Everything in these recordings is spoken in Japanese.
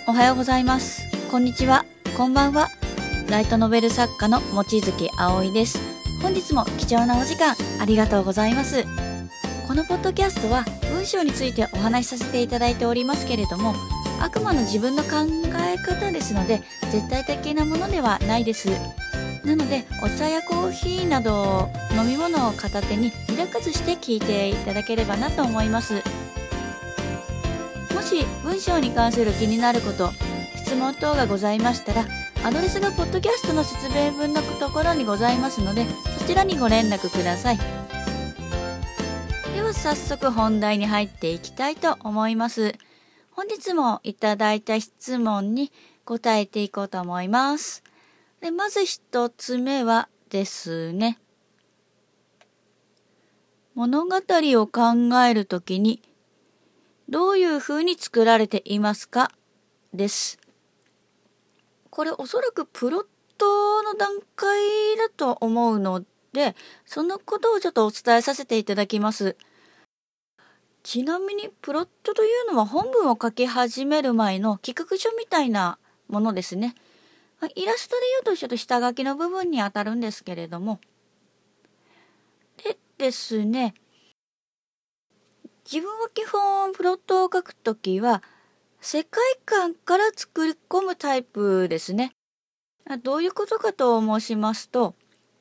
おはようございます。こんにちは。こんばんは。ライトノベル作家の望月葵です。本日も貴重なお時間ありがとうございます。このポッドキャストは文章についてお話しさせていただいておりますけれども、あくまの自分の考え方ですので絶対的なものではないです。なのでお茶やコーヒーなど飲み物を片手にリラックスして聞いていただければなと思います。もし文章に関する気になること、質問等がございましたら、アドレスがポッドキャストの説明文のところにございますので、そちらにご連絡ください。では早速本題に入っていきたいと思います。本日もいただいた質問に答えていこうと思います。でまず一つ目はですね、物語を考えるときにどういう風に作られていますかです。これおそらくプロットの段階だと思うので、そのことをちょっとお伝えさせていただきます。ちなみにプロットというのは本文を書き始める前の企画書みたいなものですね。イラストで言うとちょっと下書きの部分にあたるんですけれども。でですね、自分は基本プロットを書くときは世界観から作り込むタイプですね。どういうことかと申しますと、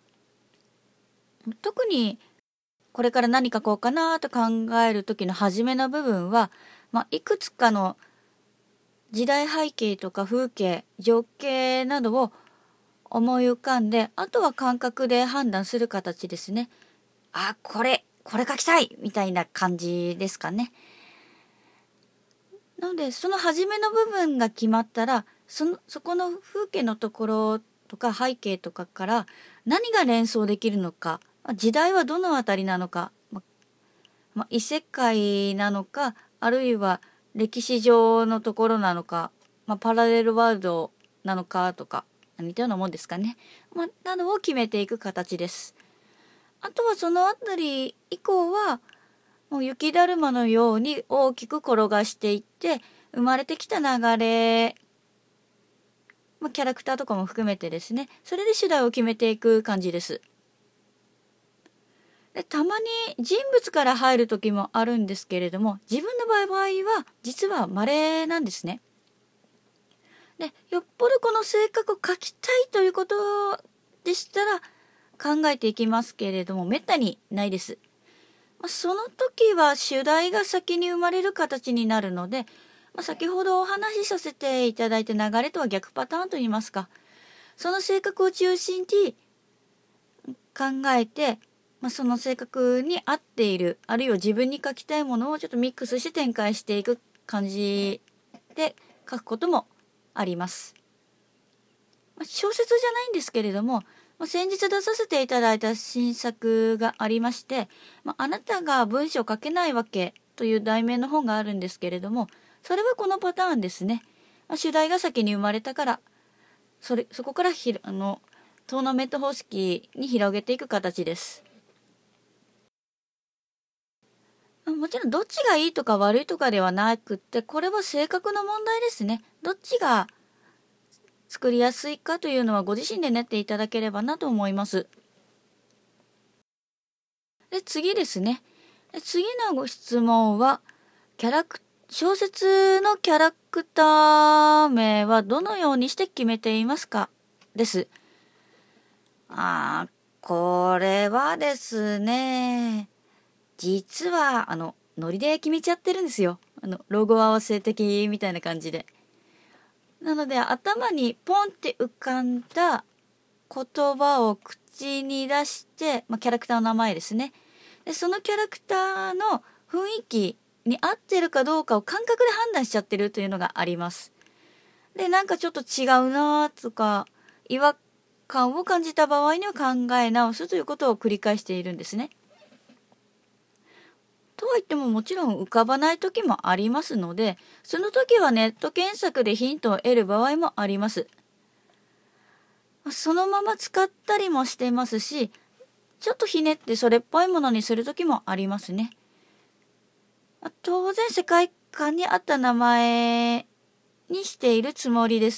特にこれから何書こうかなと考える時の初めの部分は、いくつかの時代背景とか風景、情景などを思い浮かんで、あとは感覚で判断する形ですね。これ書きたいみたいな感じですかね。なのでその初めの部分が決まったら、そこの風景のところとか背景とかから何が連想できるのか、時代はどのあたりなのか、異世界なのか、あるいは歴史上のところなのか、パラレルワールドなのかとか似たようなもんですかね、などを決めていく形です。あとはそのあたり以降はもう雪だるまのように大きく転がしていって生まれてきた流れ、キャラクターとかも含めてですね、それで主題を決めていく感じです。でたまに人物から入る時もあるんですけれども、自分の場合は実は稀なんですね。でよっぽどこの性格を描きたいということでしたら考えていきますけれども、めったにないです。その時は主題が先に生まれる形になるので、先ほどお話しさせていただいた流れとは逆パターンといいますか、その性格を中心に考えて、その性格に合っている、あるいは自分に書きたいものをちょっとミックスして展開していく感じで書くこともあります。小説じゃないんですけれども、先日出させていただいた新作がありまして、あなたが文章を書けないわけという題名の本があるんですけれども、それはこのパターンですね。主題が先に生まれたから、そこからトーナメント方式に広げていく形です。もちろんどっちがいいとか悪いとかではなくって、これは性格の問題ですね。どっちが作りやすいかというのはご自身で練っていただければなと思います。で次ですね。次のご質問は、小説のキャラクター名はどのようにして決めていますかです。これはですね、実はノリで決めちゃってるんですよ。ロゴ合わせ的みたいな感じで。なので頭にポンって浮かんだ言葉を口に出して、キャラクターの名前ですね。でそのキャラクターの雰囲気に合ってるかどうかを感覚で判断しちゃってるというのがあります。でなんかちょっと違うなとか違和感を感じた場合には考え直すということを繰り返しているんですね。とは言ってももちろん浮かばない時もありますので、その時はネット検索でヒントを得る場合もあります。そのまま使ったりもしてますし、ちょっとひねってそれっぽいものにする時もありますね。当然世界観に合った名前にしているつもりです。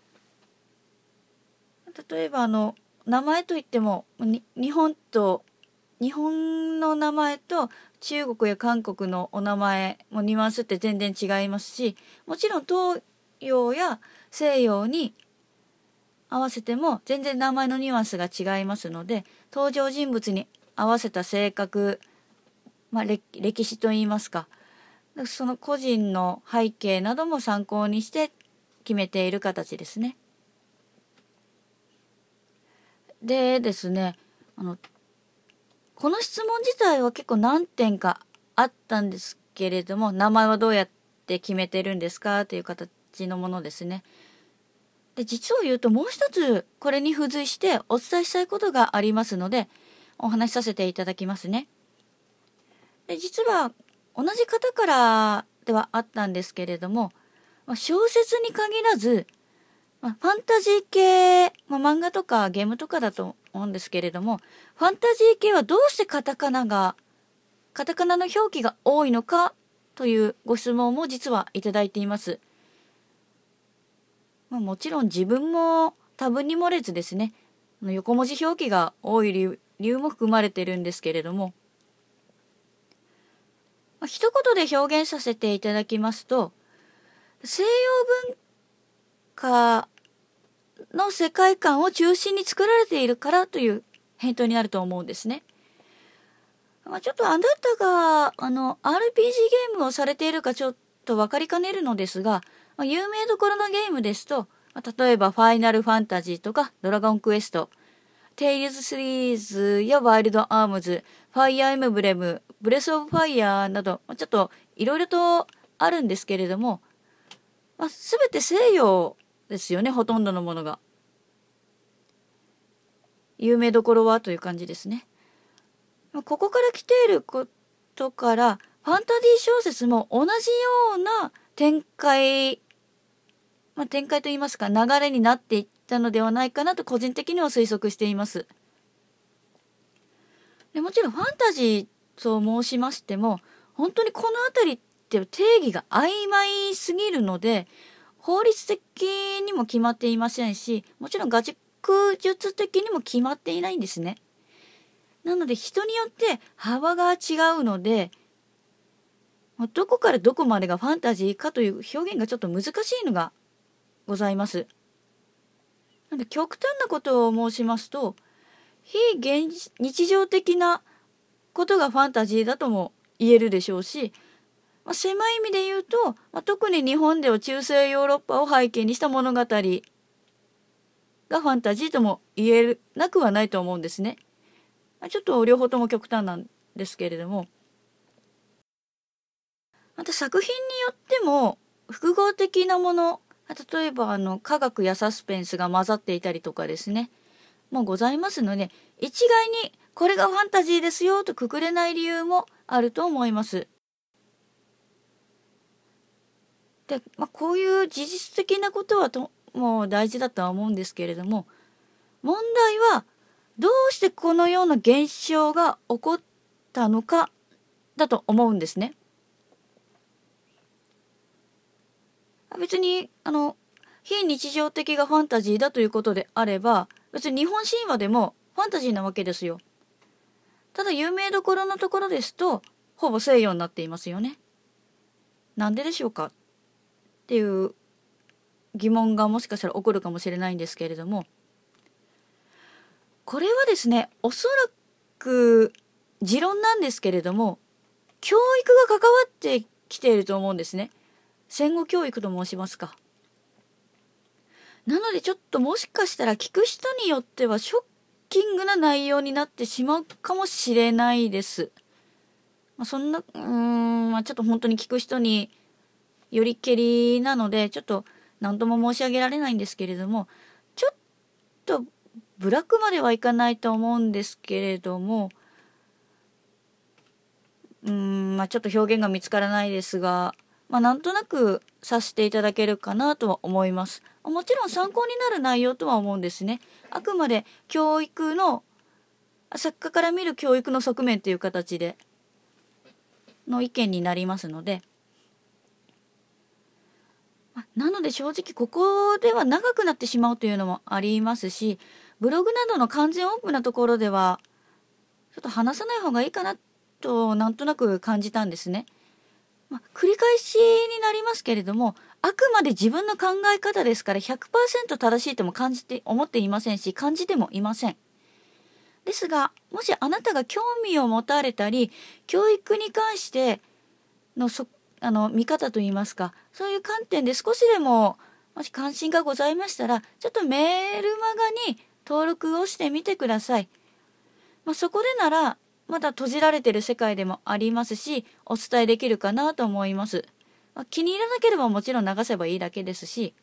例えば名前といっても日本の名前と中国や韓国のお名前もニュアンスって全然違いますし、もちろん東洋や西洋に合わせても全然名前のニュアンスが違いますので、登場人物に合わせた性格、歴史といいますか、その個人の背景なども参考にして決めている形ですね。でですね、この質問自体は結構何点かあったんですけれども、名前はどうやって決めてるんですかという形のものですね。で、実を言うともう一つこれに付随してお伝えしたいことがありますので、お話しさせていただきますね。で、実は同じ方からではあったんですけれども、小説に限らず、ファンタジー系、漫画とかゲームとかだと思うんですけれども、ファンタジー系はどうしてカタカナの表記が多いのかというご質問も実はいただいています。もちろん自分も多分に漏れずですね、横文字表記が多い理由も含まれているんですけれども、一言で表現させていただきますと、西洋文化の世界観を中心に作られているからという返答になると思うんですね。ちょっとあなたがRPG ゲームをされているかちょっと分かりかねるのですが、有名どころのゲームですと、例えばファイナルファンタジーとかドラゴンクエスト、テイルズシリーズやワイルドアームズ、ファイアーエムブレム、ブレスオブファイヤーなど、ちょっといろいろとあるんですけれども、すべて西洋ですよね、ほとんどのものが。有名どころはという感じですね。ここから来ていることから、ファンタジー小説も同じような展開といいますか流れになっていったのではないかなと個人的には推測しています。でもちろんファンタジーと申しましても、本当にこの辺りって定義が曖昧すぎるので、法律的にも決まっていませんし、もちろん学術的にも決まっていないんですね。なので人によって幅が違うので、どこからどこまでがファンタジーかという表現がちょっと難しいのがございます。なので極端なことを申しますと、非日常的なことがファンタジーだとも言えるでしょうし、狭い意味で言うと、特に日本では中世ヨーロッパを背景にした物語がファンタジーとも言えなくはないと思うんですね。ちょっと両方とも極端なんですけれども、また作品によっても複合的なもの、例えば科学やサスペンスが混ざっていたりとかですね、もうございますので、一概にこれがファンタジーですよとくくれない理由もあると思います。で、こういう事実的なことはもう大事だとは思うんですけれども、問題はどうしてこのような現象が起こったのかだと思うんですね。別に非日常的がファンタジーだということであれば、別に日本神話でもファンタジーなわけですよ。ただ有名どころのところですとほぼ西洋になっていますよね。なんででしょうかっていう疑問がもしかしたら起こるかもしれないんですけれども、これはですね、おそらく持論なんですけれども、教育が関わってきていると思うんですね。戦後教育と申しますか。なのでちょっともしかしたら聞く人によってはショッキングな内容になってしまうかもしれないです。そんなちょっと本当に聞く人によりけりなのでちょっと何とも申し上げられないんですけれども、ちょっとブラックまではいかないと思うんですけれども、ちょっと表現が見つからないですが、なんとなく察していただけるかなとは思います。もちろん参考になる内容とは思うんですね。あくまで教育の作家から見る教育の側面という形での意見になりますので、 なので正直ここでは長くなってしまうというのもありますし、ブログなどの完全オープンなところではちょっと話さない方がいいかなとなんとなく感じたんですね。繰り返しになりますけれども、あくまで自分の考え方ですから 100% 正しいとも思っていませんし、感じてもいません。ですが、もしあなたが興味を持たれたり、教育に関しての見方といいますか、そういう観点で少しでももし関心がございましたら、ちょっとメールマガに登録をしてみてください。そこでならまだ閉じられている世界でもありますし、お伝えできるかなと思います。気に入らなければもちろん流せばいいだけですし、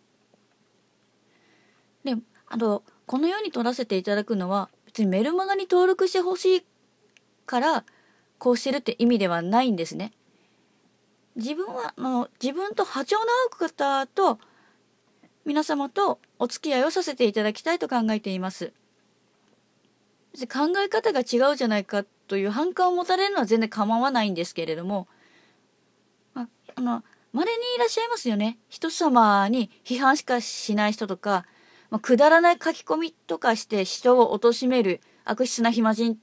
で、このように取らせていただくのは別にメルマガに登録してほしいからこうしてるって意味ではないんですね。自分と波長の合う方と皆様とお付き合いをさせていただきたいと考えています。考え方が違うじゃないかという反感を持たれるのは全然構わないんですけれども、稀にいらっしゃいますよね。人様に批判しかしない人とか、くだらない書き込みとかして人を貶める悪質な暇人。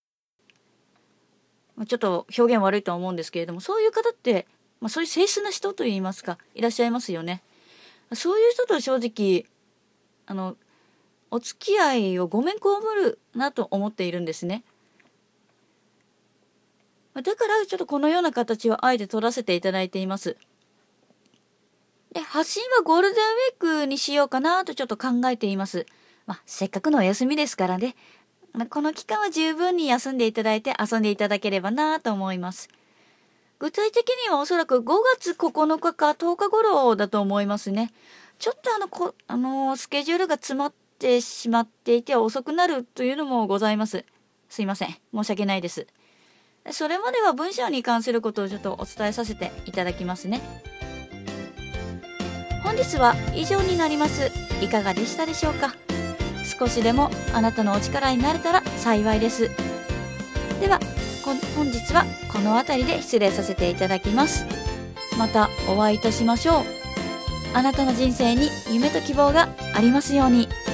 ちょっと表現悪いとは思うんですけれども、そういう方って、そういう清楚な人といいますか、いらっしゃいますよね。そういう人と正直、お付き合いをごめん被るなと思っているんですね。だからちょっとこのような形をあえて取らせていただいています。で、発信はゴールデンウィークにしようかなとちょっと考えています。せっかくのお休みですからね。この期間は十分に休んでいただいて遊んでいただければなと思います。具体的にはおそらく5月9日か10日頃だと思いますね。ちょっとスケジュールが詰まってしまっていて遅くなるというのもございます。すいません。申し訳ないです。それまでは文章に関することをちょっとお伝えさせていただきますね。本日は以上になります。いかがでしたでしょうか。少しでもあなたのお力になれたら幸いです。では本日はこの辺りで失礼させていただきます。またお会いいたしましょう。あなたの人生に夢と希望がありますように。